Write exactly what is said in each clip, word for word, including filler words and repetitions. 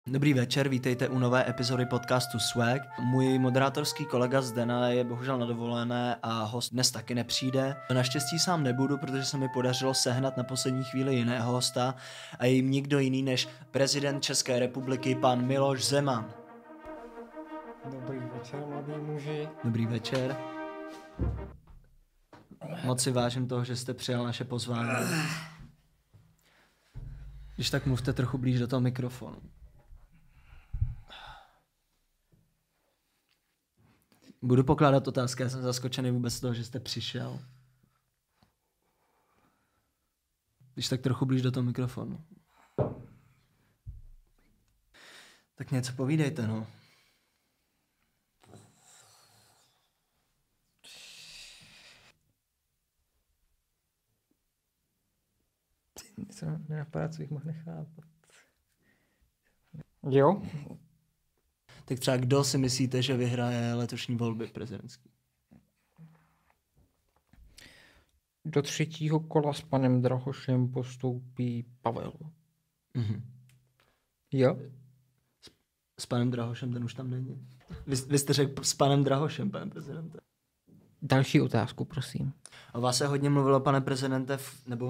Dobrý večer, vítejte u nové epizody podcastu Swag. Můj moderátorský kolega Zdena je bohužel na dovolené a host dnes taky nepřijde. Naštěstí sám nebudu, protože se mi podařilo sehnat na poslední chvíli jiného hosta a je jim nikdo jiný než prezident České republiky pan Miloš Zeman. Dobrý večer, mladí muži. Dobrý večer. Moc si vážím toho, že jste přijal naše pozvání. Když tak mluvte trochu blíž do toho mikrofonu. Budu pokládat otázky, já jsem zaskočený vůbec z toho, že jste přišel. Když tak trochu blíž do toho mikrofonu. Tak něco povídejte, no. Něco nenapadá, co bych mohl nechápat. Jo? Tak třeba kdo si myslíte, že vyhraje letošní volby prezidentský? Do třetího kola s panem Drahošem postoupí Pavel. Mhm. Jo? S, s panem Drahošem ten už tam není. Vy, vy jste řekl s panem Drahošem, pane prezidente. Další otázku, prosím. O vás se hodně mluvilo, pane prezidente, v, nebo...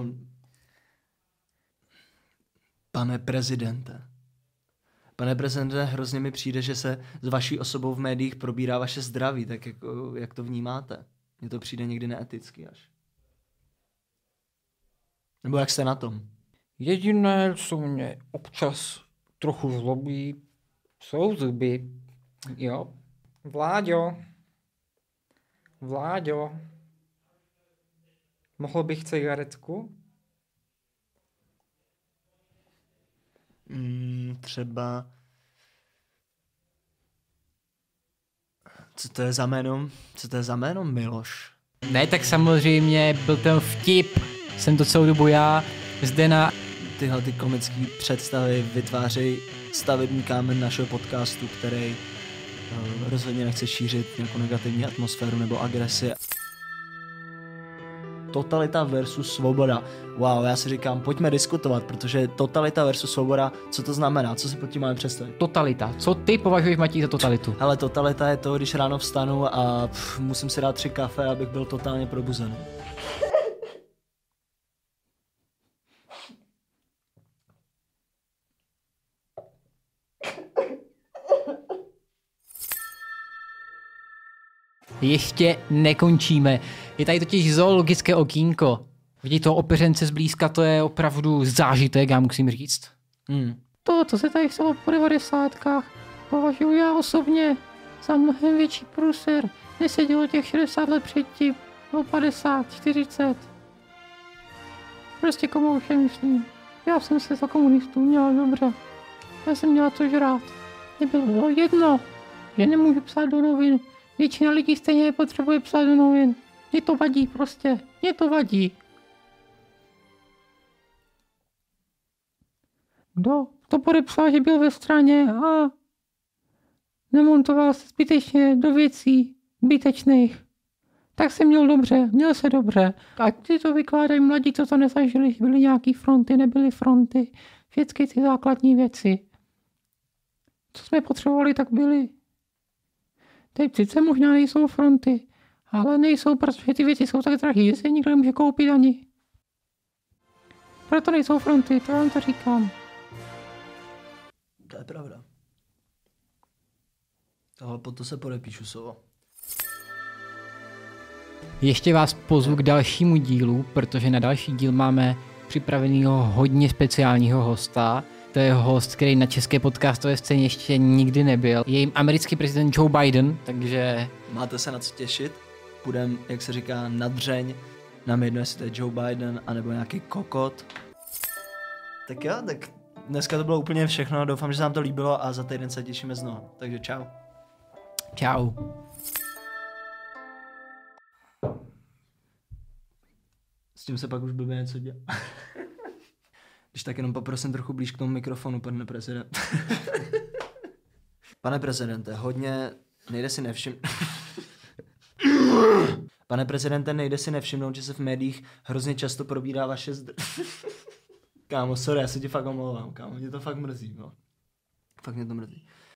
Pane prezidente. Pane prezidente, hrozně mi přijde, že se s vaší osobou v médiích probírá vaše zdraví, tak jak, jak to vnímáte? Mně to přijde někdy neeticky až. Nebo jak jste na tom? Jediné, co mě občas trochu zlobí, jsou zuby. Jo? Vláďo. Vláďo. Mohl bych cigaretku? Hmm, třeba... Co to je za jméno? Co to je za jméno Miloš? Ne, tak samozřejmě byl ten vtip. Jsem to celou dobu já, Zdena. Tyhle ty komické představy vytvářejí stavební kámen našeho podcastu, který uh, rozhodně nechce šířit nějakou negativní atmosféru nebo agresi. Totalita versus svoboda. Wow, já si říkám, pojďme diskutovat, protože totalita versus svoboda, co to znamená? Co si pod tím máme představit? Totalita. Co ty považuješ, Matěj, za totalitu? Hele, totalita je to, když ráno vstanu a pff, musím si dát tři kafe, abych byl totálně probuzený. Ještě nekončíme. Je tady totiž zoologické okýnko. Vidět toho opeřence zblízka, to je opravdu zážitek, já musím říct. Hmm. To, co se tady stalo po devadesátkách, považuji já osobně za mnohem větší průser. Nesedělo těch šedesát let předtím, nebo padesát, čtyřicet. Prostě komouše myslím. Já jsem se za komunistů měla dobře. Já jsem měla to žrát. Nebylo jedno, že nemůžu psát do novin. Většina lidí stejně nepotřebuje psát do novin. Mně to vadí prostě. Mně to vadí. Kdo to podepsal, že byl ve straně a nemontoval se zbytečně do věcí zbytečných. Tak se měl dobře, měl se dobře. A ty to vykládají mladí, co to nezažili, že byly nějaký fronty, nebyly fronty. Všechny ty základní věci. Co jsme potřebovali, tak byly. Teď sice možná nejsou fronty, ale nejsou, protože ty věci jsou tak drahé, že se nikdo nemůže koupit ani. Proto nejsou fronty, to vám to říkám. To je pravda. Tohle pod to se podepíšu, Sovo. Ještě vás pozvu k dalšímu dílu, protože na další díl máme připravenýho hodně speciálního hosta. To je host, který na české podcastové scéně ještě nikdy nebyl. Je jim americký prezident Joe Biden, takže... Máte se na co těšit. Půjdem, jak se říká, na dřeň. Nám jedno, jestli to je Joe Biden, anebo nějaký kokot. Tak jo, tak dneska to bylo úplně všechno. Doufám, že se vám to líbilo a za týden se těšíme znovu. Takže čau. Čau. S tím se pak už blbě něco dělá. Když tak jenom poprosím trochu blíž k tomu mikrofonu, pane prezident. Pane prezidente, hodně nejde si nevšim... Pane prezidente, nejde si nevšimnout, že se v médiích hrozně často probírá vaše zdr... Kámo, sorry, já se ti fakt omlouvám, kámo, mě to fakt mrzí, no. Fakt mě to mrzí.